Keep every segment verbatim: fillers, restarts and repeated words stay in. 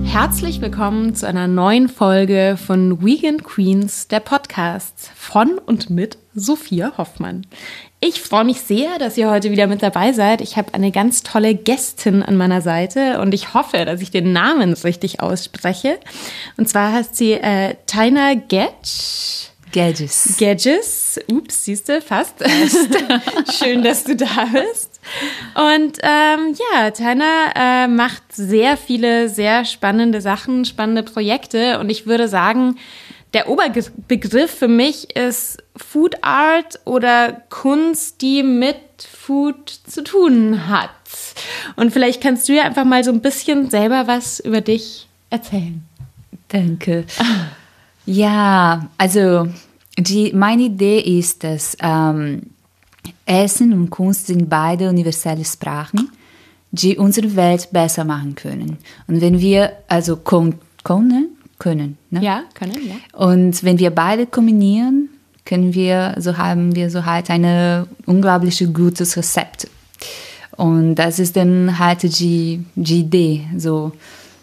Herzlich willkommen zu einer neuen Folge von Vegan Queens, der Podcast von und mit Sophia Hoffmann. Ich freue mich sehr, dass ihr heute wieder mit dabei seid. Ich habe eine ganz tolle Gästin an meiner Seite und ich hoffe, dass ich den Namen richtig ausspreche. Und zwar heißt sie äh, Taina Gedges. Gedges. Gedges. Ups, siehst du, fast. Schön, dass du da bist. Und ähm, ja, Taina äh, macht sehr viele, sehr spannende Sachen, spannende Projekte. Und ich würde sagen, der Oberbegriff für mich ist Food Art oder Kunst, die mit Food zu tun hat. Und vielleicht kannst du ja einfach mal so ein bisschen selber was über dich erzählen. Danke. Ja, also die, meine Idee ist, dass ähm, Essen und Kunst sind beide universelle Sprachen, die unsere Welt besser machen können. Und wenn wir also können, können, ne? Ja, können, ja. Und wenn wir beide kombinieren, können wir, so haben wir so halt ein unglaublich gutes Rezept. Und das ist dann halt die, die Idee, so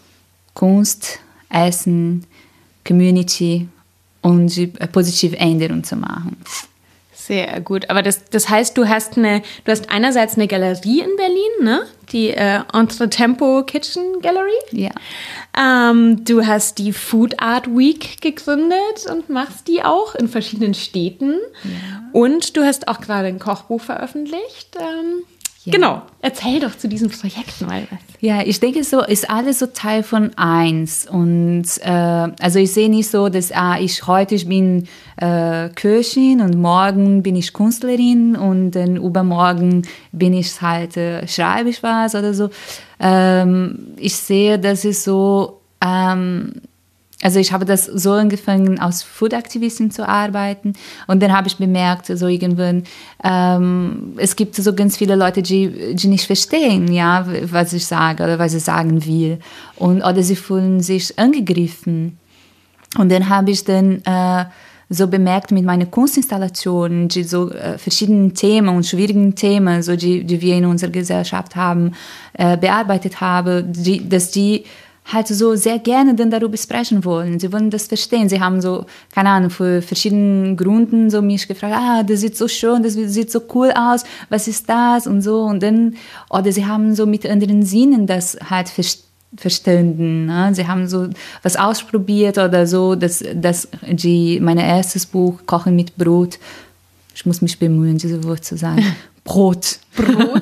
Kunst, Essen, Community und die positive Änderung zu machen. Sehr gut. Aber das, das heißt, du hast eine, du hast einerseits eine Galerie in Berlin, ne? Die äh, Entre Tempo Kitchen Gallery. Ja. Ähm, du hast die Food Art Week gegründet und machst die auch in verschiedenen Städten. Ja. Und du hast auch gerade ein Kochbuch veröffentlicht. Ähm, ja. Genau. Erzähl doch zu diesem Projekt mal was. Ja, ich denke, so ist alles so Teil von eins. Und äh, also ich sehe nicht so, dass ah, ich heute ich bin äh, Köchin und morgen bin ich Künstlerin und dann übermorgen bin ich halt äh, schreibe ich was oder so. Ähm, ich sehe, das ist so. Ähm, Also ich habe das so angefangen, als Food-Aktivistin zu arbeiten und dann habe ich bemerkt, so irgendwann, ähm, es gibt so ganz viele Leute, die, die nicht verstehen, ja, was ich sage oder was ich sagen will und, oder sie fühlen sich angegriffen. Und dann habe ich dann äh, so bemerkt mit meinen Kunstinstallationen, die so äh, verschiedenen Themen und schwierigen Themen, so die, die wir in unserer Gesellschaft haben, äh, bearbeitet haben, die, dass die halt so sehr gerne dann darüber sprechen wollen. Sie wollen das verstehen. Sie haben so, keine Ahnung, für verschiedene Gründen so mich gefragt, ah, das sieht so schön, das sieht so cool aus, was ist das und so. Und dann, oder sie haben so mit anderen Sinnen das halt verstanden. Ne? Sie haben so was ausprobiert oder so, dass, dass die, mein erstes Buch, Kochen mit Brot, ich muss mich bemühen, diese Wort zu sagen, Brot. Brot.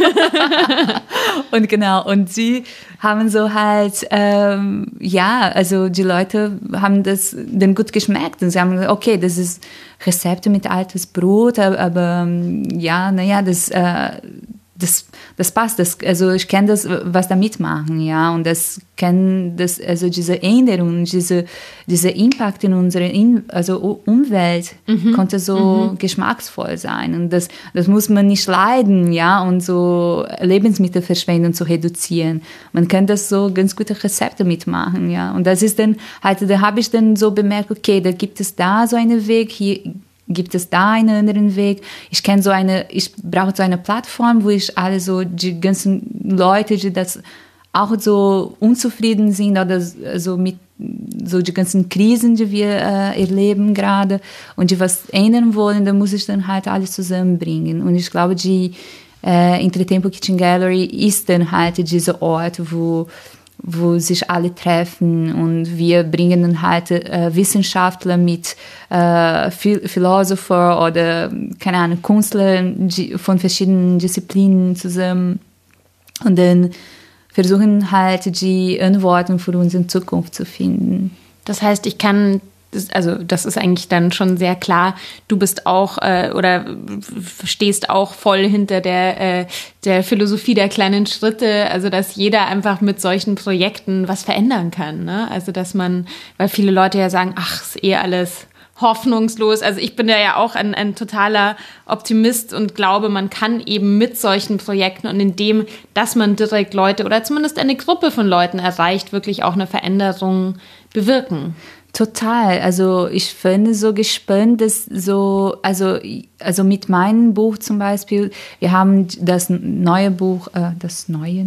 Und genau, und sie haben so halt, ähm, ja, also die Leute haben das dann gut geschmeckt und sie haben gesagt, okay, das ist Rezepte mit altes Brot, aber, aber ja, naja, das, äh, das, das passt, das, also ich kann das, was damit machen, ja, und das kann das, also diese Änderung, diese, dieser Impact in unserer in, also Umwelt mhm. konnte so mhm. geschmacksvoll sein und das, das muss man nicht leiden, ja, und so Lebensmittelverschwendung zu reduzieren. Man kann das so ganz gute Rezepte mitmachen, ja, und das ist dann halt, da habe ich dann so bemerkt, okay, da gibt es da so einen Weg, hier gibt es da einen anderen Weg? Ich kenne so eine, ich brauche so eine Plattform, wo ich alle so die ganzen Leute, die das auch so unzufrieden sind oder so mit so die ganzen Krisen, die wir äh, erleben gerade und die was ändern wollen, da muss ich dann halt alles zusammenbringen. Und ich glaube, die äh, Entre Tempo Kitchen Gallery ist dann halt dieser Ort, wo wo sich alle treffen und wir bringen dann halt äh, Wissenschaftler mit äh, Philosopher oder, keine Ahnung, Künstler von verschiedenen Disziplinen zusammen und dann versuchen halt die Antworten für unsere Zukunft zu finden. Das heißt, ich kann also das ist eigentlich dann schon sehr klar, du bist auch äh, oder stehst auch voll hinter der, äh, der Philosophie der kleinen Schritte, also dass jeder einfach mit solchen Projekten was verändern kann, ne? Also dass man, weil viele Leute ja sagen, ach, ist eh alles hoffnungslos. Also ich bin da ja auch ein, ein totaler Optimist und glaube, man kann eben mit solchen Projekten und indem, dass man direkt Leute oder zumindest eine Gruppe von Leuten erreicht, wirklich auch eine Veränderung bewirken. Total. Also ich finde so gespannt, dass so, also, also mit meinem Buch zum Beispiel, wir haben das neue Buch, äh, das neue,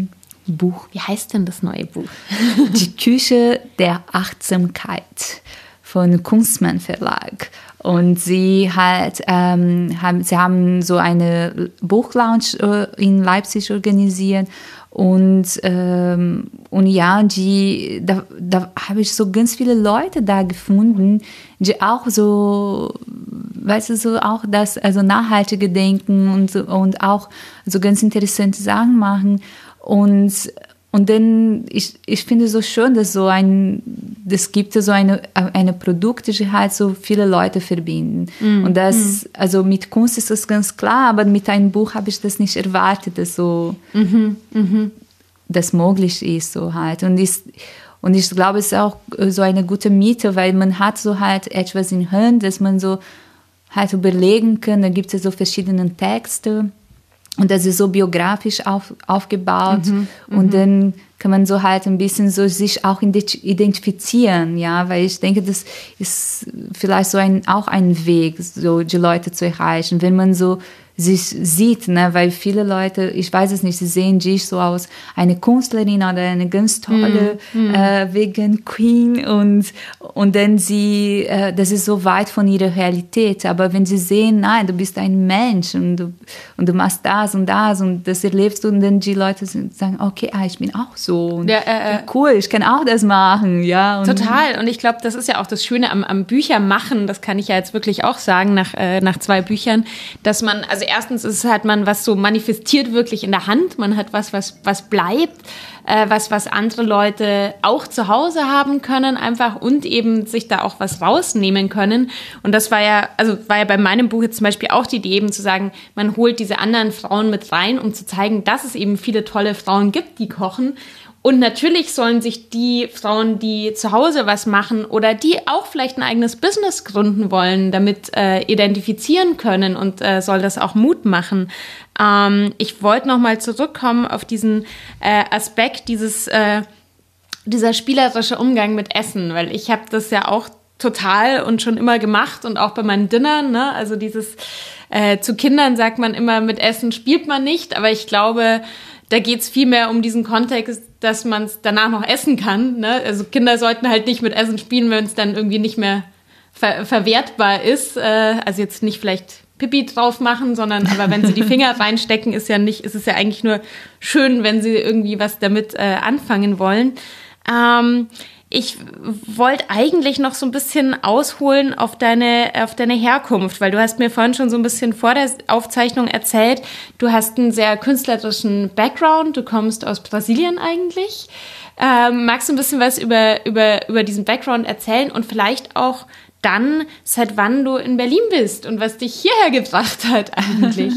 Buch. Wie heißt denn das neue Buch? Die Küche der Achtsamkeit von Kunstmann Verlag. Und sie halt, ähm, haben, sie haben so eine Buchlounge äh, in Leipzig organisiert. Und, ähm, und ja, die, da, da habe ich so ganz viele Leute da gefunden, die auch so, weißt du, so auch das, also nachhaltige Denken und, so, und auch so ganz interessante Sachen machen. Und, und dann, ich, ich finde es so schön, dass so ein, das gibt so eine, eine Produkte, die halt so viele Leute verbinden. Mm, und das, mm. also mit Kunst ist das ganz klar, aber mit einem Buch habe ich das nicht erwartet, dass so, mm-hmm, mm-hmm. das möglich ist, so halt. Und ich, und ich glaube, es ist auch so eine gute Miete, weil man hat so halt etwas in Hand, dass man so halt überlegen kann, da gibt es so verschiedene Texte. Und das ist so biografisch auf, aufgebaut. Mhm, und m- dann kann man so halt ein bisschen so sich auch identifizieren, ja, weil ich denke, das ist vielleicht so ein, auch ein Weg, so die Leute zu erreichen, wenn man so sich sieht, ne, weil viele Leute, ich weiß es nicht, sie sehen dich so aus eine Künstlerin oder eine ganz tolle mm, mm. Äh, Vegan Queen und, und dann sie, äh, das ist so weit von ihrer Realität, aber wenn sie sehen, nein, du bist ein Mensch und du, und du machst das und das und das erlebst du und dann die Leute sagen, okay, ah, ich bin auch so und ja, äh, ja, cool, ich kann auch das machen, ja. Und total, und ich glaube, das ist ja auch das Schöne am, am Büchermachen, das kann ich ja jetzt wirklich auch sagen, nach, äh, nach zwei Büchern, dass man, also erstens ist halt man was so manifestiert wirklich in der Hand. Man hat was, was, was bleibt, äh, was, was andere Leute auch zu Hause haben können einfach und eben sich da auch was rausnehmen können. Und das war ja, also war ja bei meinem Buch jetzt zum Beispiel auch die Idee eben zu sagen, man holt diese anderen Frauen mit rein, um zu zeigen, dass es eben viele tolle Frauen gibt, die kochen. Und natürlich sollen sich die Frauen, die zu Hause was machen oder die auch vielleicht ein eigenes Business gründen wollen, damit äh, identifizieren können und äh, soll das auch Mut machen. Ähm, ich wollte noch mal zurückkommen auf diesen äh, Aspekt, dieses, äh, dieser spielerische Umgang mit Essen, weil ich habe das ja auch total und schon immer gemacht und auch bei meinen Dinnern, ne? Also dieses, äh, zu Kindern sagt man immer, mit Essen spielt man nicht, aber ich glaube, da geht's viel mehr um diesen Kontext, dass man es danach noch essen kann. Ne? Also Kinder sollten halt nicht mit Essen spielen, wenn es dann irgendwie nicht mehr ver- verwertbar ist. Äh, also jetzt nicht vielleicht Pipi drauf machen, sondern aber wenn sie die Finger reinstecken, ist ja nicht, ist es ja eigentlich nur schön, wenn sie irgendwie was damit äh, anfangen wollen. Ähm, Ich wollte eigentlich noch so ein bisschen ausholen auf deine, auf deine Herkunft, weil du hast mir vorhin schon so ein bisschen vor der Aufzeichnung erzählt, du hast einen sehr künstlerischen Background, du kommst aus Brasilien eigentlich. Ähm, magst du ein bisschen was über, über, über diesen Background erzählen und vielleicht auch dann, seit wann du in Berlin bist und was dich hierher gebracht hat eigentlich?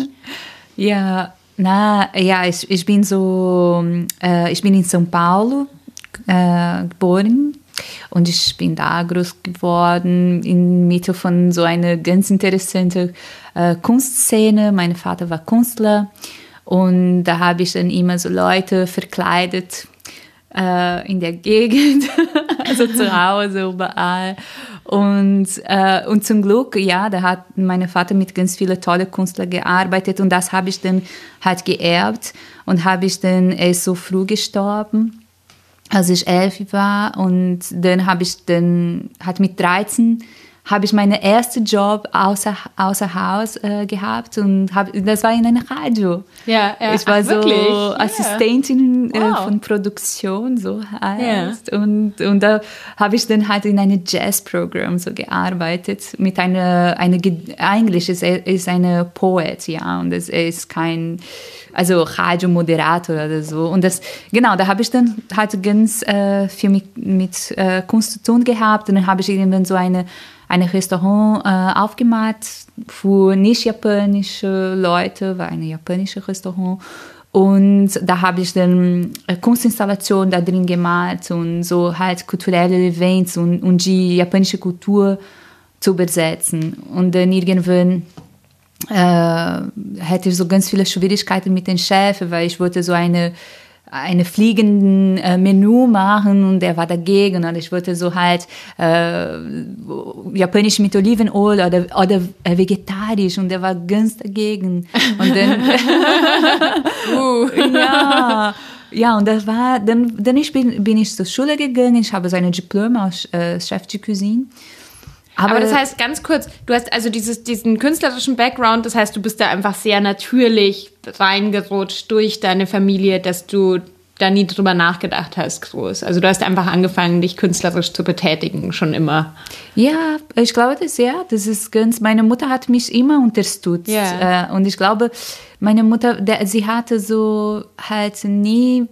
Ja, na, ja, ich, ich bin so, äh, ich bin in São Paulo Äh, geboren und ich bin da groß geworden in Mitte von so einer ganz interessanten äh, Kunstszene. Mein Vater war Künstler und da habe ich dann immer so Leute verkleidet äh, in der Gegend, also zu Hause, überall. Und, äh, und zum Glück, ja, da hat mein Vater mit ganz vielen tollen Künstlern gearbeitet und das habe ich dann halt geerbt und habe ich dann, er ist so früh gestorben, als ich elf war und dann habe ich dann, hat mit dreizehn habe ich meinen ersten Job außer, außer Haus äh, gehabt und hab, das war in einem Radio. Ja, ja. Ich war Ach, so wirklich? Assistentin yeah. äh, wow. von Produktion, so heißt. Yeah. Und, und da habe ich dann halt in einem Jazz-Programm so gearbeitet mit einer, eine, eigentlich ist er ist eine Poet, ja, und es ist kein, also Radiomoderator oder so. Und das, genau, da habe ich dann halt ganz äh, viel mit, mit äh, Kunst zu tun gehabt und dann habe ich irgendwann so eine ein Restaurant äh, aufgemacht für nicht japanische Leute, war ein japanisches Restaurant. Und da habe ich dann Kunstinstallationen da drin gemalt und so halt kulturelle Events und, und die japanische Kultur zu übersetzen. Und dann irgendwann äh, hatte ich so ganz viele Schwierigkeiten mit den Chef, weil ich wollte so eine eine fliegenden äh, Menü machen und er war dagegen und ich wollte so halt äh, japanisch mit Olivenöl oder, oder äh, vegetarisch und er war ganz dagegen und dann uh. ja Ja, und das war, dann, dann ich bin, bin ich zur Schule gegangen, ich habe so eine Diplom als äh, Chef de Cuisine. Aber, Aber das heißt, ganz kurz, du hast also dieses, diesen künstlerischen Background, das heißt, du bist da einfach sehr natürlich reingerutscht durch deine Familie, dass du da nie drüber nachgedacht hast, groß. Also du hast einfach angefangen, dich künstlerisch zu betätigen, schon immer. Ja, ich glaube das ja. Das ist ganz, meine Mutter hat mich immer unterstützt. Ja. Und ich glaube, meine Mutter, der, sie hatte so halt nie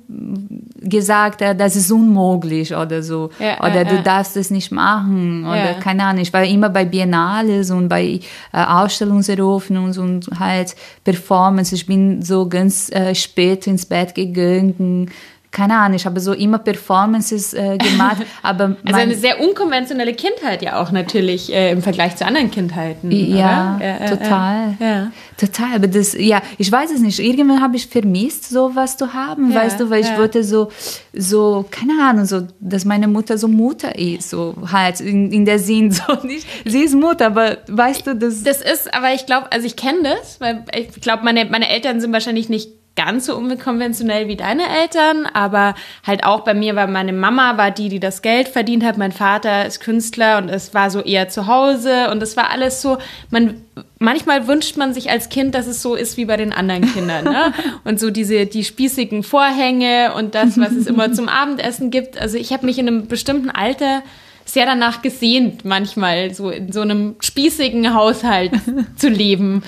gesagt, das ist unmöglich oder so. Ja, oder ja, du ja. darfst es nicht machen. Oder Ja. keine Ahnung. Ich war immer bei Biennales und bei äh, Ausstellungseröffnungen und halt Performance. Ich bin so ganz äh, spät ins Bett gegangen. Keine Ahnung, ich habe so immer Performances äh, gemacht, aber also eine sehr unkonventionelle Kindheit ja auch natürlich äh, im Vergleich zu anderen Kindheiten. Ja, oder? Ja, total. Ja, ja. Total, aber das, ja, ich weiß es nicht. Irgendwann habe ich vermisst, sowas zu haben, Ja, weißt du, weil ich ja. wollte so, so, keine Ahnung, so, dass meine Mutter so Mutter ist, so halt in, in der Sinn, so nicht, sie ist Mutter, aber weißt du, das... Das ist, aber ich glaube, also ich kenne das, weil ich glaube, meine, meine Eltern sind wahrscheinlich nicht ganz so unkonventionell wie deine Eltern, aber halt auch bei mir war meine Mama war die, die das Geld verdient hat, mein Vater ist Künstler und es war so eher zu Hause und es war alles so, man manchmal wünscht man sich als Kind, dass es so ist wie bei den anderen Kindern, ne? Und so diese die spießigen Vorhänge und das, was es immer zum Abendessen gibt. Also ich habe mich in einem bestimmten Alter sehr danach gesehnt, manchmal so in so einem spießigen Haushalt zu leben.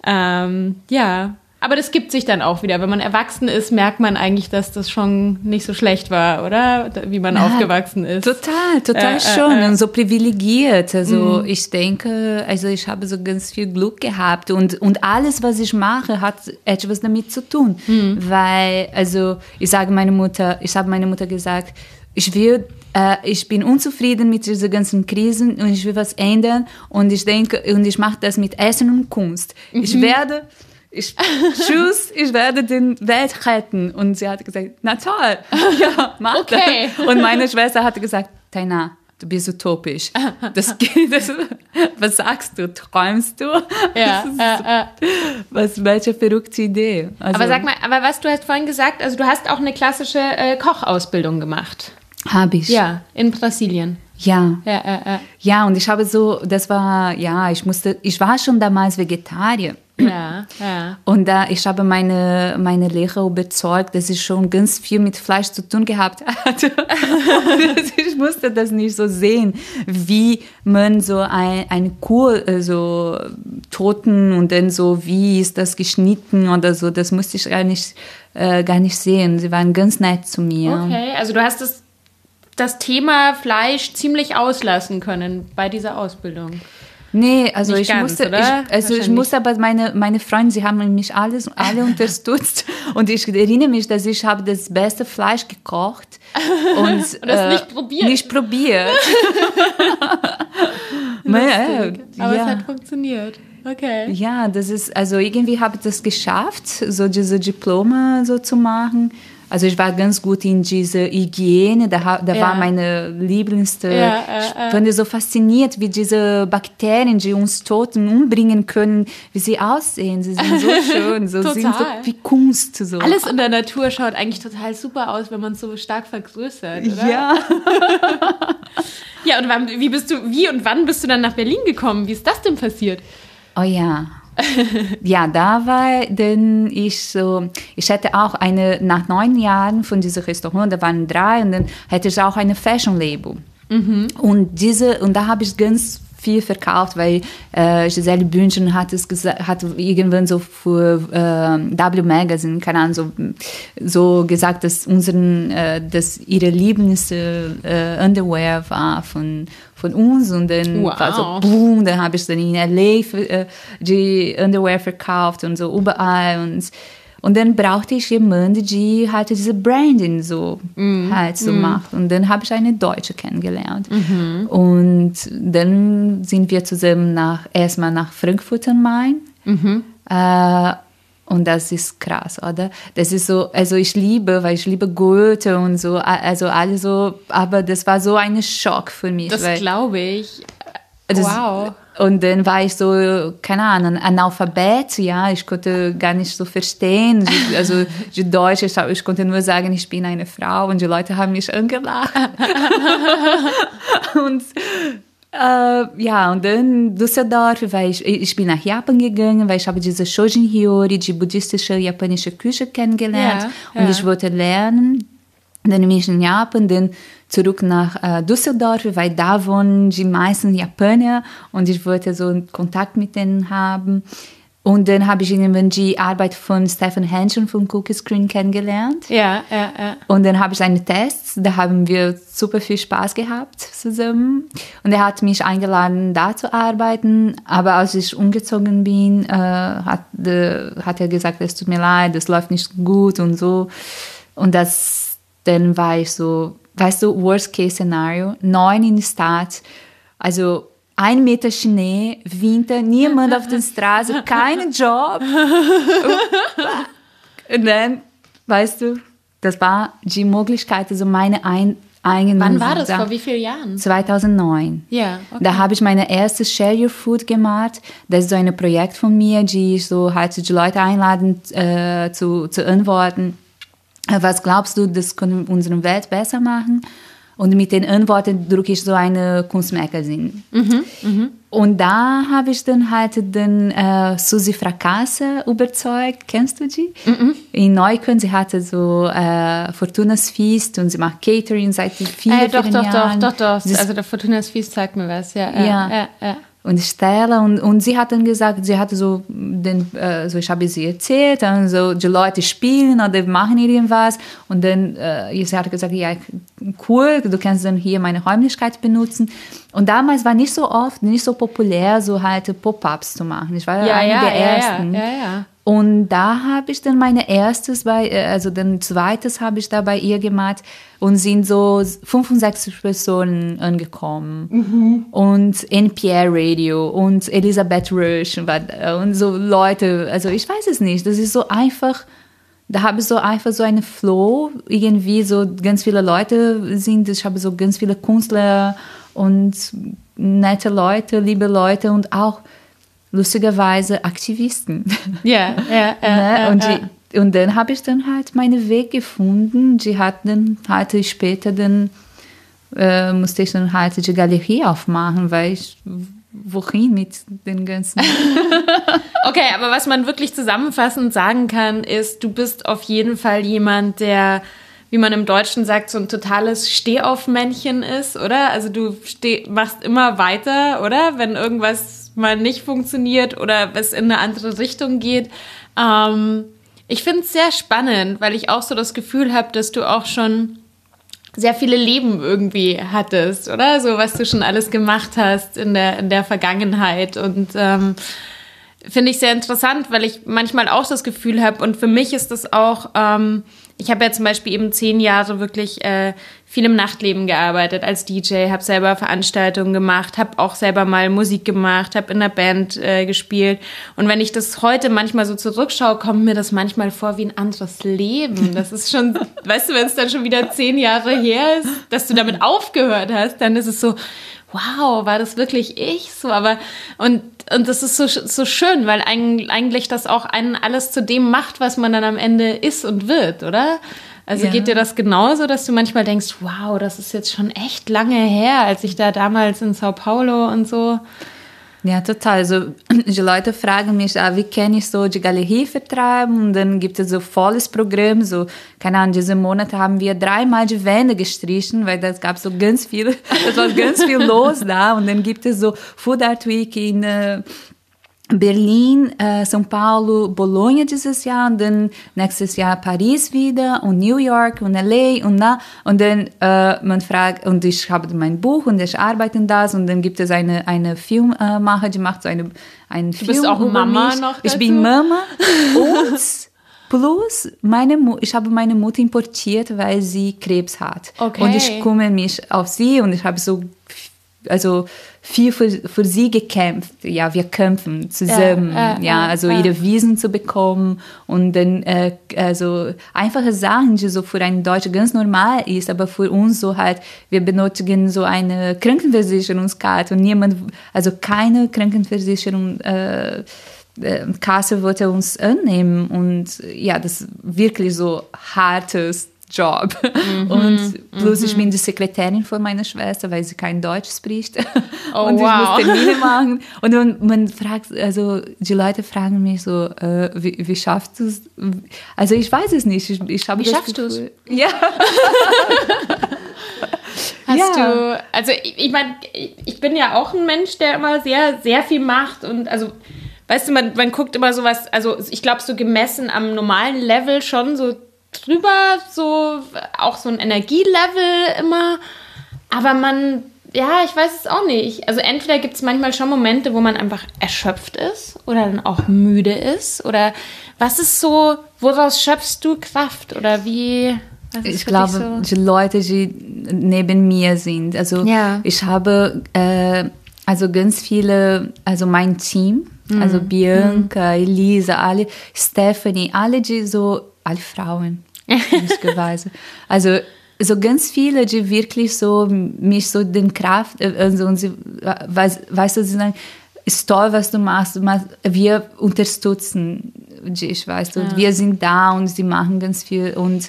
Ähm, ja. Aber das gibt sich dann auch wieder. Wenn man erwachsen ist, merkt man eigentlich, dass das schon nicht so schlecht war, oder? Wie man ja, aufgewachsen ist. Total, total äh, schon. Äh, äh. Und so privilegiert. Also Mhm. ich denke, also ich habe so ganz viel Glück gehabt. Und, und alles, was ich mache, hat etwas damit zu tun. Mhm. Weil, also ich sage meine Mutter, ich habe meine Mutter gesagt, ich will äh, ich bin unzufrieden mit diesen ganzen Krisen und ich will was ändern. Und ich denke, und ich mache das mit Essen und Kunst. Mhm. Ich werde... Ich, tschüss, ich werde die Welt retten. Und sie hat gesagt, na toll, ja, mach okay. das. Und meine Schwester hat gesagt, Taina, du bist utopisch. Das, das, was sagst du? Träumst du? Ja, äh, äh. Was, welche verrückte Idee. Also, aber sag mal, aber was du hast vorhin gesagt, also du hast auch eine klassische äh, Kochausbildung gemacht. Habe ich. Ja, in Brasilien. Ja. Ja, äh, äh. Ja, und ich habe so, das war, ja, ich musste, ich war schon damals Vegetarier. Ja, ja. Und da, ich habe meine, meine Lehrer überzeugt, dass ich schon ganz viel mit Fleisch zu tun gehabt hatte. Ich musste das nicht so sehen, wie man so ein, eine Kuh so toten und dann so, wie ist das geschnitten oder so. Das musste ich gar nicht, äh, gar nicht sehen. Sie waren ganz nett zu mir. Okay, also du hast das, das Thema Fleisch ziemlich auslassen können bei dieser Ausbildung. Nee, also nicht ich ganz, musste, oder? ich, also ich musste aber meine, meine Freunde, sie haben mich alles, alle unterstützt und ich erinnere mich, dass ich habe das beste Fleisch gekocht und, und das äh, nicht probiert. Nicht probiert. ja, aber ja. es hat funktioniert. Okay. Ja, das ist, also irgendwie habe ich das geschafft, so diese Diplome so zu machen. Also ich war ganz gut in dieser Hygiene, da, da ja. war meine Lieblingste. Ja, äh, ich fand so fasziniert, wie diese Bakterien, die uns Toten umbringen können, wie sie aussehen. Sie sind so schön, so sind so wie Kunst. So. Alles in der Natur schaut eigentlich total super aus, wenn man es so stark vergrößert, oder? Ja. Ja, und wann, wie bist du, wie und wann bist du dann nach Berlin gekommen? Wie ist das denn passiert? Oh ja. Ja, da war denn ich so, ich hätte auch eine, nach neun Jahren von diesem Restaurant, da waren drei, und dann hätte ich auch eine Fashion-Label. Mhm. Und diese, und da habe ich ganz viel verkauft, weil äh, Gisele Bündchen hat es gesagt, hat irgendwann so für äh, W Magazine, keine Ahnung, so, so gesagt, dass unseren, äh, dass ihre liebste äh, Underwear war von von uns, und dann wow. war so boom, dann habe ich dann in L A für, äh, die Underwear verkauft und so überall, und Und dann brauchte ich jemanden, die halt diese Branding so mm. halt so mm. macht. Und dann habe ich eine Deutsche kennengelernt. Mm-hmm. Und dann sind wir zusammen nach, erstmal nach Frankfurt am Main. Mm-hmm. Äh, und das ist krass, oder? Das ist so, also ich liebe, weil ich liebe Goethe und so, also alles so, aber das war so ein Schock für mich. Das glaube ich. Das, wow. Und dann war ich so, keine Ahnung, Analphabet, ja, ich konnte gar nicht so verstehen, also die Deutsch, ich, ich konnte nur sagen, ich bin eine Frau und die Leute haben mich angelacht. Und äh, ja, und dann Düsseldorf, weil ich, ich bin nach Japan gegangen, weil ich habe diese Shojin Hiyori, die buddhistische japanische Küche kennengelernt ja, und ja. ich wollte lernen. Dann bin ich in Japan, dann zurück nach äh, Düsseldorf, weil da wohnen die meisten Japaner und ich wollte so einen Kontakt mit denen haben. Und dann habe ich irgendwann die Arbeit von Stefan Henschen von Cookie Screen kennengelernt. Ja, ja, ja. Und dann habe ich einen Test, da haben wir super viel Spaß gehabt zusammen. Und er hat mich eingeladen, da zu arbeiten. Aber als ich umgezogen bin, äh, hat, äh, hat er gesagt, es tut mir leid, das läuft nicht gut und so. Und das, dann war ich so, weißt du, Worst-Case-Szenario, neun in der Stadt, also ein Meter Schnee, Winter, niemand auf der Straße, keinen Job. Und dann, weißt du, das war die Möglichkeit, also meine ein, eigene... Wann war das? Vor wie vielen Jahren? zweitausendneun. Ja, okay. Da habe ich meine erste Share Your Food gemacht. Das ist so ein Projekt von mir, die ich so halt die Leute einladen, äh, zu, zu antworten. Was glaubst du, das können unsere Welt besser machen? Und mit den Antworten drucke ich so eine Kunstmagazin. Mhm, mh. Und da habe ich dann halt den äh, Susi Fracasse überzeugt. Kennst du die? Mhm. In Neukölln, sie hatte so äh, Fortunas Feast und sie macht Catering seit vielen, äh, doch, vielen doch, Jahren. Doch, doch, doch. Das Also der Fortunas Feast sagt mir was. Ja, ja. ja, ja. Und Stella und, und sie hat dann gesagt, sie hatte so, den, äh, so ich habe sie erzählt, und so die Leute spielen oder machen irgendwas und dann äh, sie hat gesagt, ja cool, du kannst dann hier meine Räumlichkeit benutzen. Und damals war nicht so oft, nicht so populär, so halt Pop-ups zu machen. Ich war ja, eine ja, der ja, ersten. Ja, ja, ja. Und da habe ich dann meine erstes bei, also dann zweites habe ich da bei ihr gemacht und sind so fünfundsechzig Personen angekommen. Mhm. Und N P R Radio und Elisabeth Rösch und so Leute, also ich weiß es nicht, das ist so einfach, da habe ich so einfach so einen Flow, irgendwie so ganz viele Leute sind, ich habe so ganz viele Künstler und nette Leute, liebe Leute und auch lustigerweise Aktivisten. Ja, ja, ja. ne? ja, und, ja. Die, und dann habe ich dann halt meinen Weg gefunden. Die hat dann halt später dann äh, musste ich dann halt die Galerie aufmachen, weil ich wohin mit den ganzen... Okay, aber was man wirklich zusammenfassend sagen kann, ist, du bist auf jeden Fall jemand, der, wie man im Deutschen sagt, so ein totales Stehaufmännchen ist, oder? Also du steh, machst immer weiter, oder? Wenn irgendwas mal nicht funktioniert oder es in eine andere Richtung geht. Ähm, ich finde es sehr spannend, weil ich auch so das Gefühl habe, dass du auch schon sehr viele Leben irgendwie hattest, oder? So, was du schon alles gemacht hast in der, in der Vergangenheit. Und ähm, finde ich sehr interessant, weil ich manchmal auch das Gefühl habe, und für mich ist das auch, ähm, ich habe ja zum Beispiel eben zehn Jahre wirklich äh, viel im Nachtleben gearbeitet als D J, habe selber Veranstaltungen gemacht, habe auch selber mal Musik gemacht, habe in einer Band äh, gespielt. Und wenn ich das heute manchmal so zurückschaue, kommt mir das manchmal vor wie ein anderes Leben. Das ist schon, weißt du, wenn es dann schon wieder zehn Jahre her ist, dass du damit aufgehört hast, dann ist es so, wow, war das wirklich ich? So, aber, und, und das ist so, so schön, weil eigentlich das auch einen alles zu dem macht, was man dann am Ende ist und wird, oder? Also ja. Geht dir das genauso, dass du manchmal denkst, wow, das ist jetzt schon echt lange her, als ich da damals in Sao Paulo und so. Ja, total. Also die Leute fragen mich, ah, wie kann ich so die Galerie vertreiben? Und dann gibt es so volles Programm. So, keine Ahnung, diese Monate haben wir dreimal die Wände gestrichen, weil das gab so ganz viel, das war ganz viel los da. Und dann gibt es so Food Art Week in äh, Berlin, äh, São Paulo, Bologna dieses Jahr und dann nächstes Jahr Paris wieder und New York und L A und da und dann äh, man fragt und ich habe mein Buch und ich arbeite in das und dann gibt es eine eine Filmmacher, die macht so eine einen du Film. Du bist auch Mama mich. noch dazu? Ich bin Mama und plus meine Mu- ich habe meine Mutter importiert, weil sie Krebs hat. Okay. Und ich kümmere mich auf sie und ich habe so also viel für, für sie gekämpft. Ja, wir kämpfen zusammen, ja, äh, ja also äh, ihre Wiesen zu bekommen und dann äh, also einfache Sachen, die so für einen Deutschen ganz normal ist, aber für uns so halt, wir benötigen so eine Krankenversicherungskarte und niemand, also keine Krankenversicherung äh, Kasse wollte uns annehmen und ja, das ist wirklich so hartes Job. Mhm, und plus mhm. ich bin die Sekretärin von meiner Schwester, weil sie kein Deutsch spricht. Oh, und ich wow. muss Termine machen. Und man, man fragt, also die Leute fragen mich so, äh, wie, wie schaffst du es? Also ich weiß es nicht. Ich, ich wie schaffst du es? Ja. Hast ja. du, also ich, ich meine, ich bin ja auch ein Mensch, der immer sehr, sehr viel macht und also weißt du, man, man guckt immer sowas, also ich glaube so gemessen am normalen Level schon so drüber, so auch so ein Energielevel immer, aber man, ja, ich weiß es auch nicht. Also entweder gibt es manchmal schon Momente, wo man einfach erschöpft ist oder dann auch müde ist oder was ist so, woraus schöpfst du Kraft oder wie... Ich glaube, so? Die Leute, die neben mir sind, also ja. ich habe äh, also ganz viele, also mein Team, mm. also Bianca, mm. Elisa, alle, Stephanie, alle die so, alle Frauen, ehrlicherweise. Also so ganz viele, die wirklich so mich so den Kraft, also und sie, weißt, weißt du, sie sagen, ist toll, was du machst, wir unterstützen dich, weißt du, ja. wir sind da und sie machen ganz viel und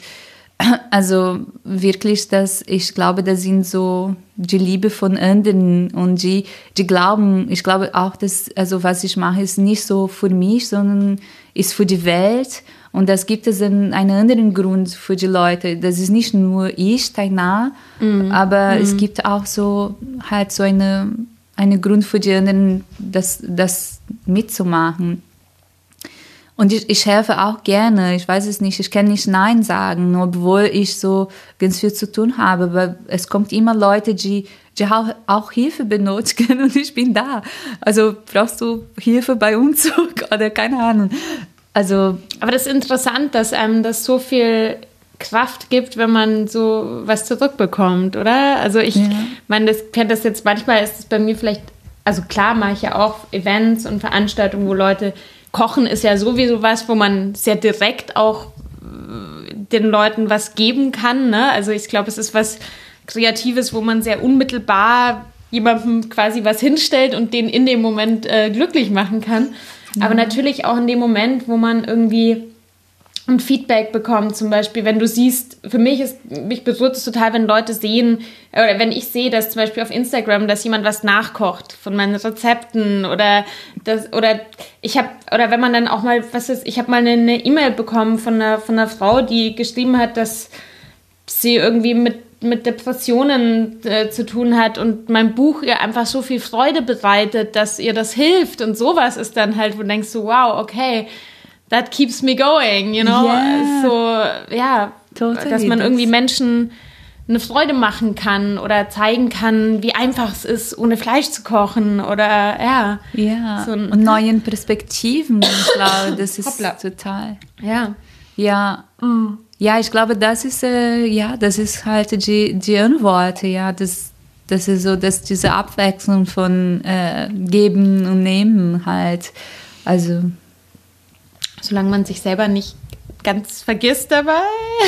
also wirklich, dass ich glaube, das sind so die Liebe von anderen und die, die glauben, ich glaube auch, dass also was ich mache, ist nicht so für mich, sondern ist für die Welt und das gibt es einen, einen anderen Grund für die Leute. Das ist nicht nur ich, Taina, mm. aber mm. es gibt auch so halt so eine, einen Grund für die anderen, das, das mitzumachen. Und ich, ich helfe auch gerne, ich weiß es nicht, ich kann nicht Nein sagen, obwohl ich so ganz viel zu tun habe, weil es kommt immer Leute, die, die auch, auch Hilfe benötigen und ich bin da. Also brauchst du Hilfe bei Umzug oder keine Ahnung. Also, aber das ist interessant, dass einem das so viel Kraft gibt, wenn man so was zurückbekommt, oder? Also ich ja. meine, das kennt das jetzt, manchmal ist es bei mir vielleicht, also klar mache ich ja auch Events und Veranstaltungen, wo Leute Kochen ist ja sowieso was, wo man sehr direkt auch den Leuten was geben kann. Ne? Also ich glaube, es ist was Kreatives, wo man sehr unmittelbar jemandem quasi was hinstellt und den in dem Moment äh, glücklich machen kann. Mhm. Aber natürlich auch in dem Moment, wo man irgendwie ein Feedback bekommt, zum Beispiel, wenn du siehst, für mich ist, mich berührt es total, wenn Leute sehen, oder wenn ich sehe, dass zum Beispiel auf Instagram, dass jemand was nachkocht von meinen Rezepten oder das, oder ich habe, oder wenn man dann auch mal, was ist, ich habe mal eine, eine E-Mail bekommen von einer, von einer Frau, die geschrieben hat, dass sie irgendwie mit, mit Depressionen äh, zu tun hat und mein Buch ihr einfach so viel Freude bereitet, dass ihr das hilft und sowas ist dann halt, wo du denkst so, wow, okay, that keeps me going, you know, yeah. so, ja, totally. Dass man irgendwie Menschen eine Freude machen kann oder zeigen kann, wie einfach es ist, ohne Fleisch zu kochen oder, ja. Ja, so ein, und neuen Perspektiven, ich glaube, das ist Hoppla. Total. Ja. Ja, mm. ja, ich glaube, das ist, äh, ja, das ist halt die, die Antwort, ja, das, das ist so, dass diese Abwechslung von äh, Geben und Nehmen halt, also solange man sich selber nicht ganz vergisst dabei.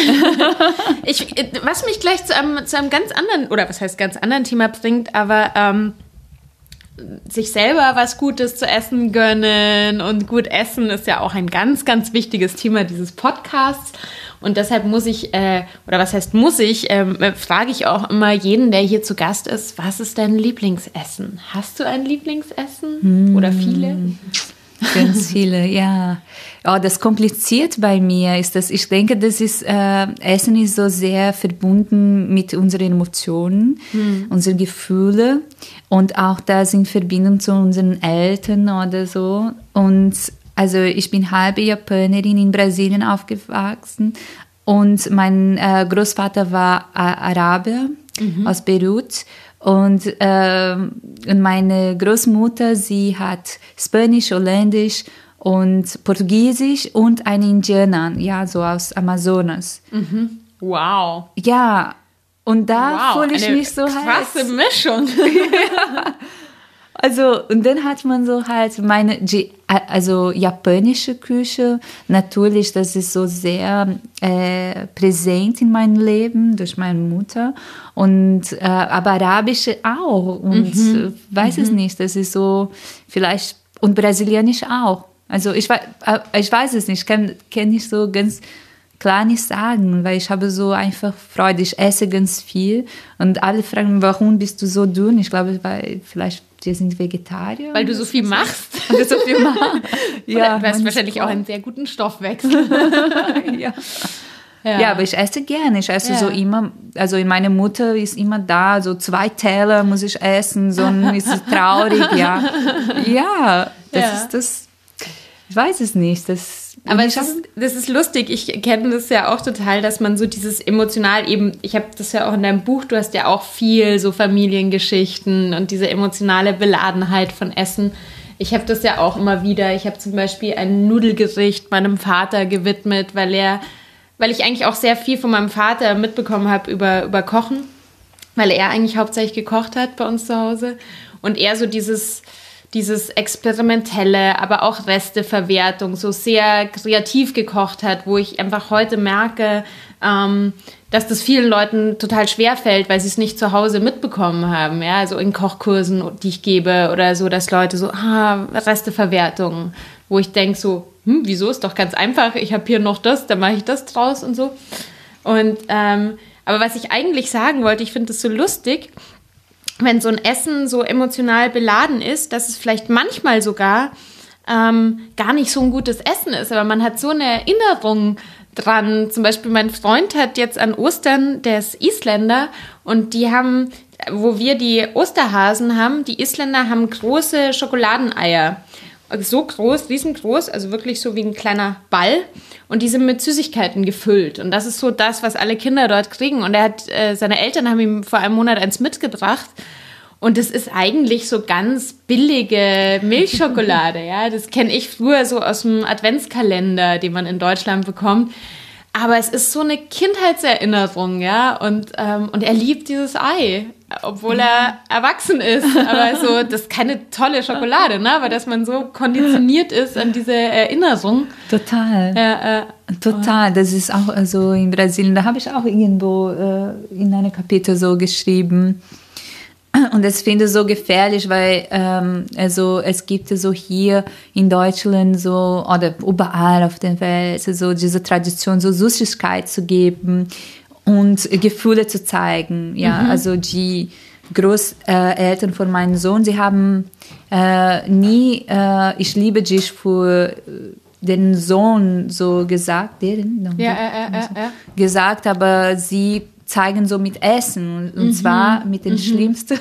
ich, was mich gleich zu einem, zu einem ganz anderen, oder was heißt ganz anderen Thema bringt, aber ähm, sich selber was Gutes zu essen gönnen und gut essen ist ja auch ein ganz, ganz wichtiges Thema dieses Podcasts. Und deshalb muss ich, äh, oder was heißt muss ich, ähm, frage ich auch immer jeden, der hier zu Gast ist, was ist dein Lieblingsessen? Hast du ein Lieblingsessen? Hm. Oder viele? Ganz viele, ja. Oh, das kompliziert bei mir ist das, ich denke, das ist, äh, Essen ist so sehr verbunden mit unseren Emotionen, hm. unseren Gefühlen und auch das in Verbindung zu unseren Eltern oder so. Und also ich bin halbe Japanerin in Brasilien aufgewachsen und mein äh, Großvater war äh, Araber mhm. aus Beirut. Und, äh, und meine Großmutter, sie hat Spanisch, Holländisch und Portugiesisch und eine Indianer, ja, so aus Amazonas. Mhm. Wow. Ja, Und da wow, fühle ich mich so krasse halt. Krasse Mischung. Ja. Also, und dann hat man so halt meine, also japanische Küche, natürlich, das ist so sehr äh, präsent in meinem Leben durch meine Mutter, und, äh, aber arabische auch, und mhm. weiß mhm. es nicht, das ist so, vielleicht, und brasilianisch auch. Also ich, ich weiß es nicht, ich kann, kann nicht so ganz klar nicht sagen, weil ich habe so einfach Freude, ich esse ganz viel, und alle fragen, warum bist du so dünn? Ich glaube, weil vielleicht wir sind Vegetarier. Weil du so viel machst. Weil du so viel machst. Ja, du hast wahrscheinlich Sport. Auch einen sehr guten Stoffwechsel. ja. Ja. ja, aber ich esse gerne. Ich esse ja. so immer, also meine Mutter ist immer da, so zwei Teller muss ich essen, sonst ist sie traurig, ja. Ja, das ja. ist das, ich weiß es nicht, das aber es ist, das ist lustig, ich kenne das ja auch total, dass man so dieses emotional eben, ich habe das ja auch in deinem Buch, du hast ja auch viel so Familiengeschichten und diese emotionale Beladenheit von Essen. Ich habe das ja auch immer wieder. Ich habe zum Beispiel ein Nudelgericht meinem Vater gewidmet, weil er, weil ich eigentlich auch sehr viel von meinem Vater mitbekommen habe über, über Kochen, weil er eigentlich hauptsächlich gekocht hat bei uns zu Hause und er so dieses... dieses Experimentelle, aber auch Resteverwertung, so sehr kreativ gekocht hat, wo ich einfach heute merke, ähm, dass das vielen Leuten total schwer fällt, weil sie es nicht zu Hause mitbekommen haben. Ja? Also in Kochkursen, die ich gebe oder so, dass Leute so, ah, Resteverwertung, wo ich denke so, hm, wieso, ist doch ganz einfach, ich habe hier noch das, dann mache ich das draus und so. Und, ähm, aber was ich eigentlich sagen wollte, ich finde das so lustig, wenn so ein Essen so emotional beladen ist, dass es vielleicht manchmal sogar ähm, gar nicht so ein gutes Essen ist, aber man hat so eine Erinnerung dran. Zum Beispiel mein Freund hat jetzt an Ostern, der ist Isländer, und die haben, wo wir die Osterhasen haben, die Isländer haben große Schokoladeneier. So groß, riesengroß, also wirklich so wie ein kleiner Ball. Und die sind mit Süßigkeiten gefüllt. Und das ist so das, was alle Kinder dort kriegen. Und er hat, äh, seine Eltern haben ihm vor einem Monat eins mitgebracht. Und das ist eigentlich so ganz billige Milchschokolade. Ja, das kenne ich früher so aus dem Adventskalender, den man in Deutschland bekommt. Aber es ist so eine Kindheitserinnerung, ja. Und, ähm, und er liebt dieses Ei, obwohl er erwachsen ist. Aber so, das ist keine tolle Schokolade, ne? Aber dass man so konditioniert ist an diese Erinnerung. Total. Ja, äh, Total. Das ist auch also in Brasilien, da habe ich auch irgendwo äh, in einem Kapitel so geschrieben. Und das finde ich so gefährlich, weil ähm, also es gibt so hier in Deutschland so oder überall auf der Welt so diese Tradition, so Süßigkeit zu geben und Gefühle zu zeigen. Ja, mhm. Also die Großeltern von meinem Sohn, sie haben äh, nie äh, ich liebe dich für den Sohn so gesagt, deren, no, ja, äh, äh, äh, gesagt, aber sie zeigen so mit Essen, und mhm. zwar mit den mhm. Schlimmsten,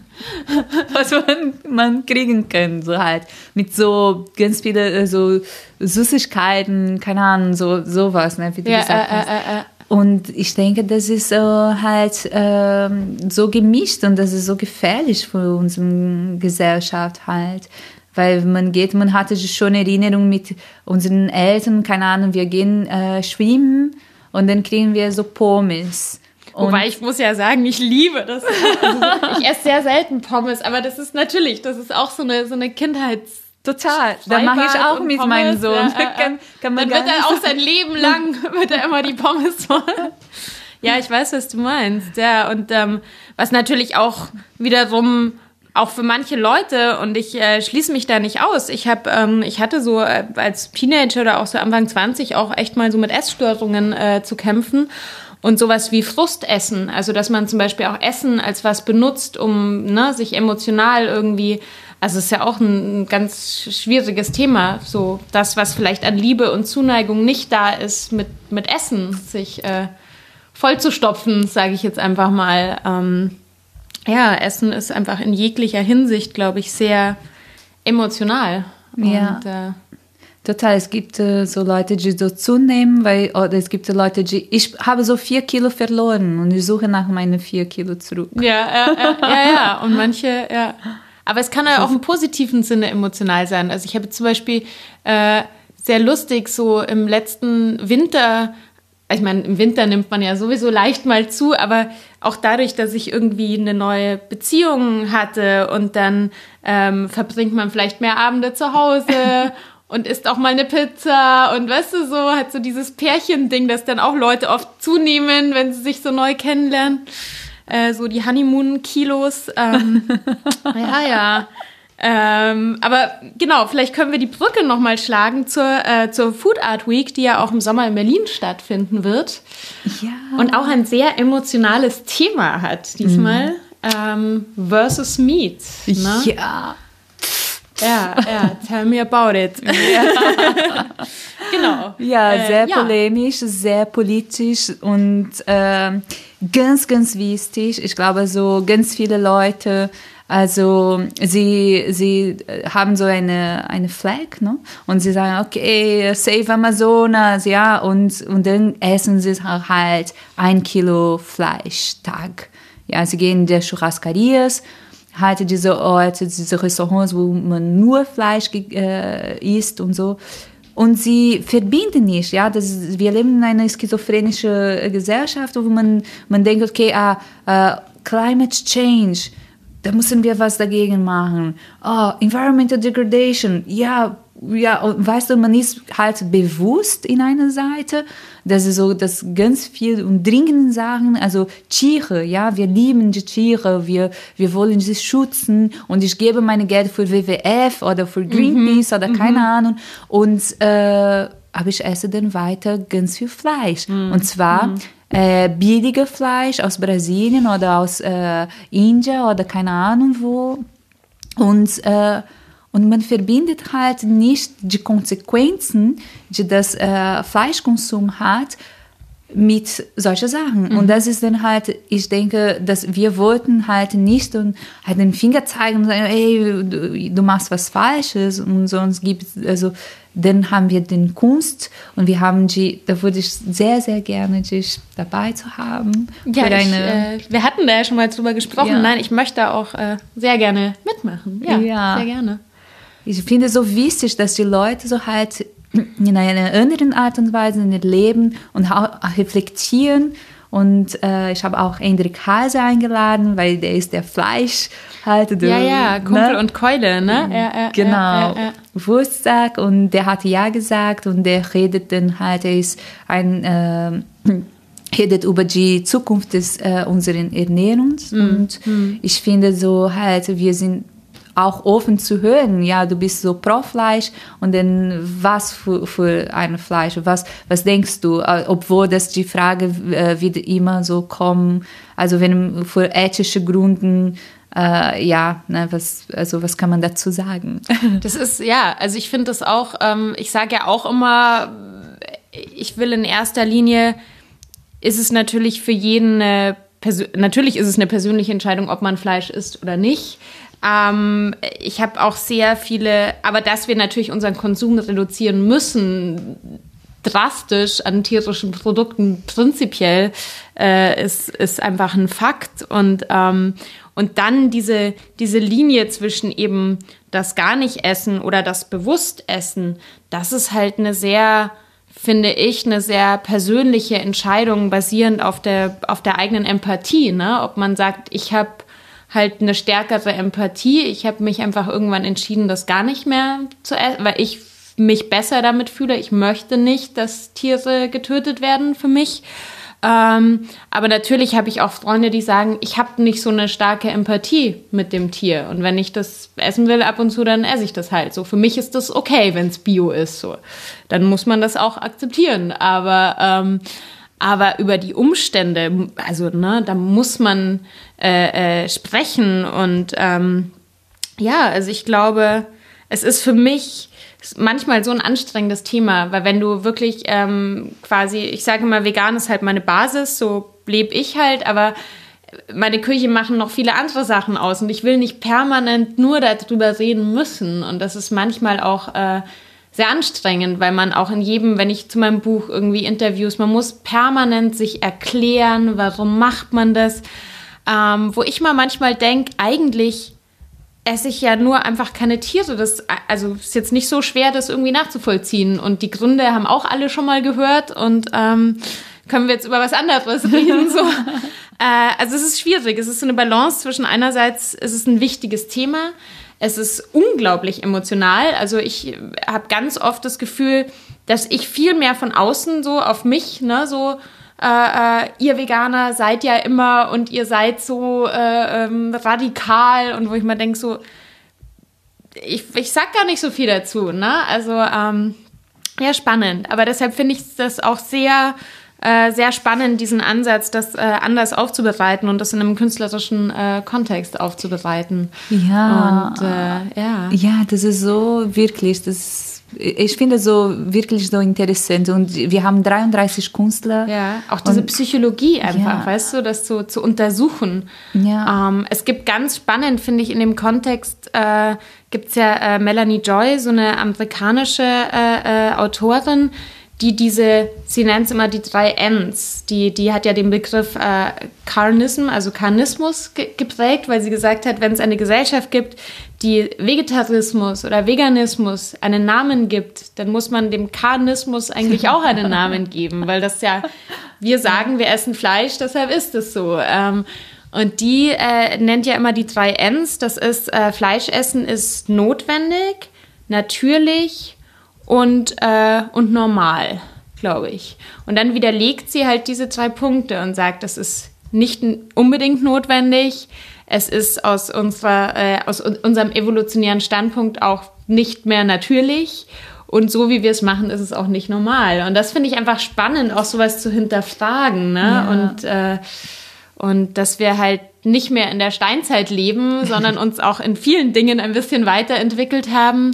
was man, man kriegen kann, so halt mit so ganz viele so Süßigkeiten, keine Ahnung, so sowas, ne, wie du ja, gesagt äh, hast. Äh, äh, äh. Und ich denke, das ist äh, halt äh, so gemischt, und das ist so gefährlich für unsere Gesellschaft halt. Weil man geht, man hatte schon Erinnerung mit unseren Eltern, keine Ahnung, wir gehen äh, schwimmen und dann kriegen wir so Pommes. Und wobei ich muss ja sagen, ich liebe das. Also, ich esse sehr selten Pommes, aber das ist natürlich, das ist auch so eine, so eine Kindheits... Total, da mache ich auch mit Pommes, meinem Sohn. Ja, äh, kann, kann man dann wird er auch sein Leben lang wird er immer die Pommes holen. Ja, ich weiß, was du meinst. Ja, und ähm, was natürlich auch wiederum auch für manche Leute, und ich äh, schließe mich da nicht aus. Ich habe, ähm, ich hatte so äh, als Teenager oder auch so Anfang zwanzig auch echt mal so mit Essstörungen äh, zu kämpfen. Und sowas wie Frustessen, also dass man zum Beispiel auch Essen als was benutzt, um ne, sich emotional irgendwie, also es ist ja auch ein, ein ganz schwieriges Thema, so das, was vielleicht an Liebe und Zuneigung nicht da ist, mit, mit Essen sich äh, vollzustopfen, sage ich jetzt einfach mal. Ähm, ja, Essen ist einfach in jeglicher Hinsicht, glaube ich, sehr emotional. Ja. Und, äh, total, es gibt äh, so Leute, die so zunehmen, weil, oder es gibt so Leute, die, ich habe so vier Kilo verloren und ich suche nach meinen vier Kilo zurück. Ja, ja, ja, ja, ja. Und manche, ja. Aber es kann ja auch im positiven Sinne emotional sein. Also ich habe zum Beispiel äh, sehr lustig so im letzten Winter, ich meine, im Winter nimmt man ja sowieso leicht mal zu, aber auch dadurch, dass ich irgendwie eine neue Beziehung hatte und dann ähm, verbringt man vielleicht mehr Abende zu Hause und isst auch mal eine Pizza und weißt du, so hat so dieses Pärchending, das dann auch Leute oft zunehmen, wenn sie sich so neu kennenlernen. Äh, so die Honeymoon-Kilos. Ähm, ja, ja. Ähm, aber genau, vielleicht können wir die Brücke nochmal schlagen zur, äh, zur Food Art Week, die ja auch im Sommer in Berlin stattfinden wird. Ja. Und auch ein sehr emotionales Thema hat diesmal. Mhm. Ähm, versus Meat. Ne? Ja. Ja, ja, tell me about it. Ja. Genau. Ja, sehr äh, ja. polemisch, sehr politisch und äh, ganz, ganz wichtig. Ich glaube, so ganz viele Leute, also sie, sie haben so eine, eine Flag, ne? Und sie sagen, okay, save Amazonas, ja, und, und dann essen sie halt ein Kilo Fleisch Tag. Ja, sie gehen in die Churrascarias, halt diese Orte, diese Restaurants, wo man nur Fleisch äh, isst und so. Und sie verbinden nicht, ja, das ist, wir leben in einer schizophrenischen Gesellschaft, wo man, man denkt, okay, ah, uh, Climate Change, da müssen wir was dagegen machen. Oh, Environmental Degradation, ja, ja, und weißt du, man ist halt bewusst in einer Seite, dass es so, dass ganz viel und dringende Sachen, also Tiere, ja, wir lieben die Tiere, wir, wir wollen sie schützen und ich gebe meine Geld für W W F oder für Greenpeace mhm. oder keine mhm. Ahnung und, äh, aber ich esse dann weiter ganz viel Fleisch mhm. und zwar mhm. äh, billige Fleisch aus Brasilien oder aus äh, Indien oder keine Ahnung wo und, äh, Und man verbindet halt nicht die Konsequenzen, die das äh, Fleischkonsum hat, mit solchen Sachen. Mhm. Und das ist dann halt, ich denke, dass wir wollten halt nicht und halt den Finger zeigen und sagen, hey, du, du machst was Falsches und sonst gibt es, also dann haben wir den Kunst und wir haben die, da würde ich sehr, sehr gerne dich dabei zu haben. Ja, ich, äh, wir hatten da ja schon mal drüber gesprochen. Ja. Nein, ich möchte auch äh, sehr gerne mitmachen. Ja, ja, sehr gerne. Ich finde es so wichtig, dass die Leute so halt in einer anderen Art und Weise leben und auch reflektieren. Und äh, ich habe auch Hendrik Hase eingeladen, weil der ist der Fleisch halt. Ja, ja, Kumpel ne? und Keule, ne? Ja, ja, genau, ja, ja, ja. Wurstsack. Und der hatte ja gesagt und der redet dann halt, er ist ein... Äh, redet über die Zukunft des äh, unseren Ernährungs. Mm. Und mm. ich finde so halt, wir sind auch offen zu hören, ja, du bist so pro Fleisch und dann was für, für ein Fleisch, was, was denkst du, obwohl das die Frage äh, wird immer so kommen, also wenn für ethische Gründen, äh, ja, ne, was, also was kann man dazu sagen? Das ist, ja, also ich finde das auch, ähm, ich sage ja auch immer, ich will in erster Linie, ist es natürlich für jeden eine, Persö- natürlich ist es eine persönliche Entscheidung, ob man Fleisch isst oder nicht. Ähm, ich habe auch sehr viele, aber dass wir natürlich unseren Konsum reduzieren müssen, drastisch an tierischen Produkten prinzipiell, äh, ist, ist einfach ein Fakt. Und, ähm, und dann diese, diese Linie zwischen eben das gar nicht essen oder das bewusst essen, das ist halt eine sehr, finde ich, eine sehr persönliche Entscheidung basierend auf der, auf der eigenen Empathie, ne? Ob man sagt, ich habe halt eine stärkere Empathie. Ich habe mich einfach irgendwann entschieden, das gar nicht mehr zu essen, weil ich mich besser damit fühle. Ich möchte nicht, dass Tiere getötet werden für mich. Ähm, aber natürlich habe ich auch Freunde, die sagen, ich habe nicht so eine starke Empathie mit dem Tier. Und wenn ich das essen will ab und zu, dann esse ich das halt. So, für mich ist das okay, wenn es Bio ist. So, dann muss man das auch akzeptieren. Aber ähm, Aber über die Umstände, also ne, da muss man äh, äh, sprechen. Und ähm, ja, also ich glaube, es ist für mich manchmal so ein anstrengendes Thema, weil wenn du wirklich ähm, quasi, ich sage immer, vegan ist halt meine Basis, so lebe ich halt, aber meine Küche machen noch viele andere Sachen aus und ich will nicht permanent nur darüber reden müssen. Und das ist manchmal auch äh, sehr anstrengend, weil man auch in jedem, wenn ich zu meinem Buch irgendwie Interviews, man muss permanent sich erklären, warum macht man das, ähm, wo ich mal manchmal denke, eigentlich esse ich ja nur einfach keine Tiere, das, also ist jetzt nicht so schwer, das irgendwie nachzuvollziehen und die Gründe haben auch alle schon mal gehört und ähm, können wir jetzt über was anderes reden, so. Äh, also es ist schwierig. Es ist so eine Balance zwischen einerseits, es ist ein wichtiges Thema, es ist unglaublich emotional. Also ich habe ganz oft das Gefühl, dass ich viel mehr von außen so auf mich, ne, so äh, äh, ihr Veganer seid ja immer und ihr seid so äh, ähm, radikal und wo ich mal denke so, ich, ich sag gar nicht so viel dazu, ne? Also ähm, ja, spannend. Aber deshalb finde ich das auch sehr Äh, sehr spannend, diesen Ansatz, das äh, anders aufzubereiten und das in einem künstlerischen äh, Kontext aufzubereiten. Ja. Und äh, ja. Ja, das ist so wirklich, das, ich finde so wirklich so interessant. Und wir haben dreiunddreißig Künstler. Ja, auch diese und, Psychologie einfach, ja. weißt du, das so zu untersuchen. Ja. Ähm, es gibt ganz spannend, finde ich, in dem Kontext, äh, gibt es ja äh, Melanie Joy, so eine amerikanische äh, äh, Autorin, die diese, sie nennt es immer die drei Ns, die, die hat ja den Begriff äh, Carnism, also Karnismus ge- geprägt, weil sie gesagt hat, wenn es eine Gesellschaft gibt, die Vegetarismus oder Veganismus einen Namen gibt, dann muss man dem Karnismus eigentlich auch einen Namen geben, weil das ja, wir sagen, wir essen Fleisch, deshalb ist es so. Ähm, und die äh, nennt ja immer die drei Ns, das ist, äh, Fleischessen ist notwendig, natürlich und, äh, und normal, glaube ich. Und dann widerlegt sie halt diese drei Punkte und sagt, das ist nicht unbedingt notwendig, es ist aus, unserer, äh, aus unserem evolutionären Standpunkt auch nicht mehr natürlich und so wie wir es machen, ist es auch nicht normal. Und das finde ich einfach spannend, auch sowas zu hinterfragen, ne? Ja. Und, äh, und dass wir halt nicht mehr in der Steinzeit leben, sondern uns auch in vielen Dingen ein bisschen weiterentwickelt haben.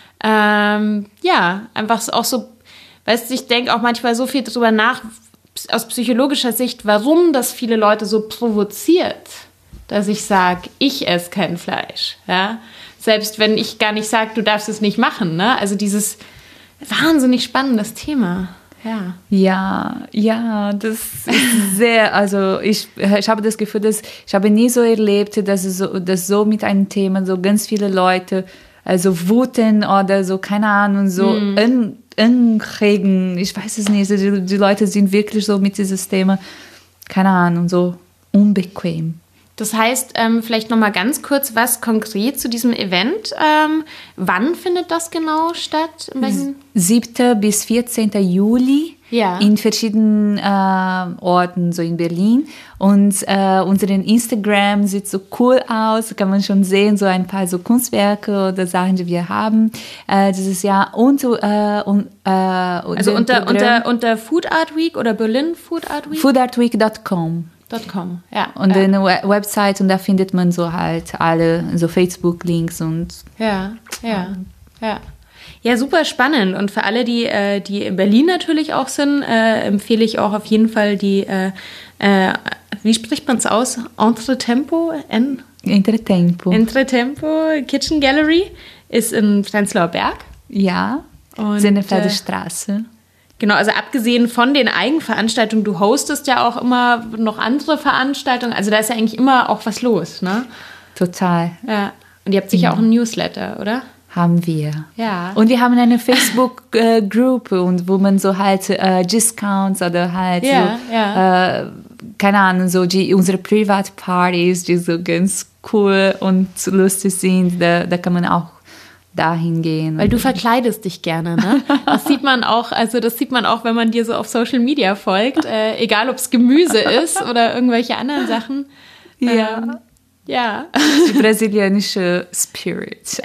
Ähm, ja, einfach auch so, weißt du, ich denke auch manchmal so viel drüber nach, aus psychologischer Sicht, warum das viele Leute so provoziert, dass ich sage, ich esse kein Fleisch, ja, selbst wenn ich gar nicht sage, du darfst es nicht machen, ne, also dieses wahnsinnig spannendes Thema. Ja. Ja, ja, das ist sehr, also ich, ich habe das Gefühl, dass ich habe nie so erlebt, dass es so, dass so mit einem Thema so ganz viele Leute also wuten oder so, keine Ahnung, so mm. anregen, ich weiß es nicht, die, die Leute sind wirklich so mit dieses Thema, keine Ahnung, so unbequem. Das heißt, ähm, vielleicht nochmal ganz kurz was konkret zu diesem Event. Ähm, wann findet das genau statt? siebten bis vierzehnten Juli ja. in verschiedenen äh, Orten, so in Berlin. Und äh, unseren Instagram sieht so cool aus, kann man schon sehen, so ein paar so Kunstwerke oder Sachen, die wir haben äh, dieses Jahr. Und, äh, und, äh, also unter, unter, unter Food Art Week oder Berlin Food Art Week? food art week dot com. .com, ja. Und ja. eine Website und da findet man so halt alle so Facebook-Links und ja, ja, ja. Ja, super spannend. Und für alle, die, äh, die in Berlin natürlich auch sind, äh, empfehle ich auch auf jeden Fall die, äh, äh, wie spricht man es aus? Entretempo? En- Entretempo. Entretempo Kitchen Gallery ist in Prenzlauer Berg. Ja, Sennefelder Straße. Genau, also abgesehen von den Eigenveranstaltungen, du hostest ja auch immer noch andere Veranstaltungen, also da ist ja eigentlich immer auch was los, ne? Total. Ja, und ihr habt sicher ja. auch ein Newsletter, oder? Haben wir. Ja. Und wir haben eine Facebook-Gruppe, und wo man so halt äh, Discounts oder halt ja, so, ja. Äh, keine Ahnung, so die, unsere Privatpartys, die so ganz cool und lustig sind, da, da kann man auch dahin gehen. Weil du verkleidest dich gerne, ne? Das sieht man auch, also das sieht man auch, wenn man dir so auf Social Media folgt, äh, egal ob es Gemüse ist oder irgendwelche anderen Sachen. Ja. Ähm, ja. Die brasilianische Spirit.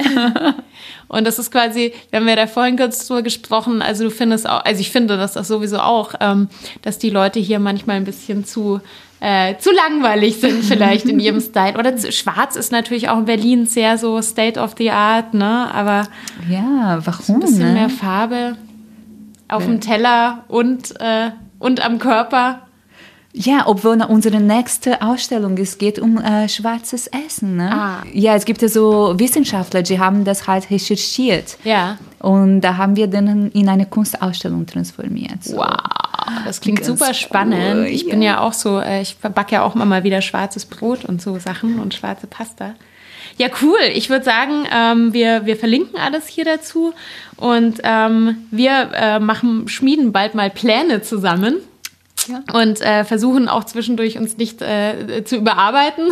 Und das ist quasi, wir haben ja da vorhin kurz drüber gesprochen, also du findest auch, also ich finde das, das sowieso auch, ähm, dass die Leute hier manchmal ein bisschen zu Äh, zu langweilig sind vielleicht in ihrem Style. Oder zu, schwarz ist natürlich auch in Berlin sehr so State of the Art, ne? Aber ja, warum? So ein bisschen ne? mehr Farbe auf ja. dem Teller und, äh, und am Körper. Ja, obwohl unsere nächste Ausstellung, es geht um äh, schwarzes Essen. Ne? Ah. Ja, es gibt ja so Wissenschaftler, die haben das halt recherchiert. Ja. Und da haben wir dann in eine Kunstausstellung transformiert. So. Wow, das klingt Ganz super spannend. Cool, ich ja. bin ja auch so, ich backe ja auch immer mal wieder schwarzes Brot und so Sachen und schwarze Pasta. Ja, cool. Ich würde sagen, ähm, wir, wir verlinken alles hier dazu und ähm, wir äh, machen, schmieden bald mal Pläne zusammen. Ja. Und äh, versuchen auch zwischendurch uns nicht äh, zu überarbeiten.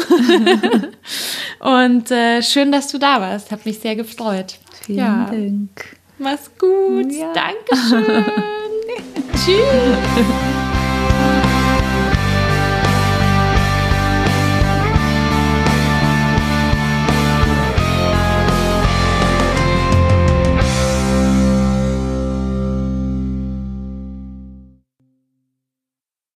Und äh, schön, dass du da warst. Hat mich sehr gefreut. Vielen ja. Dank. Mach's gut. Ja. Dankeschön. Tschüss.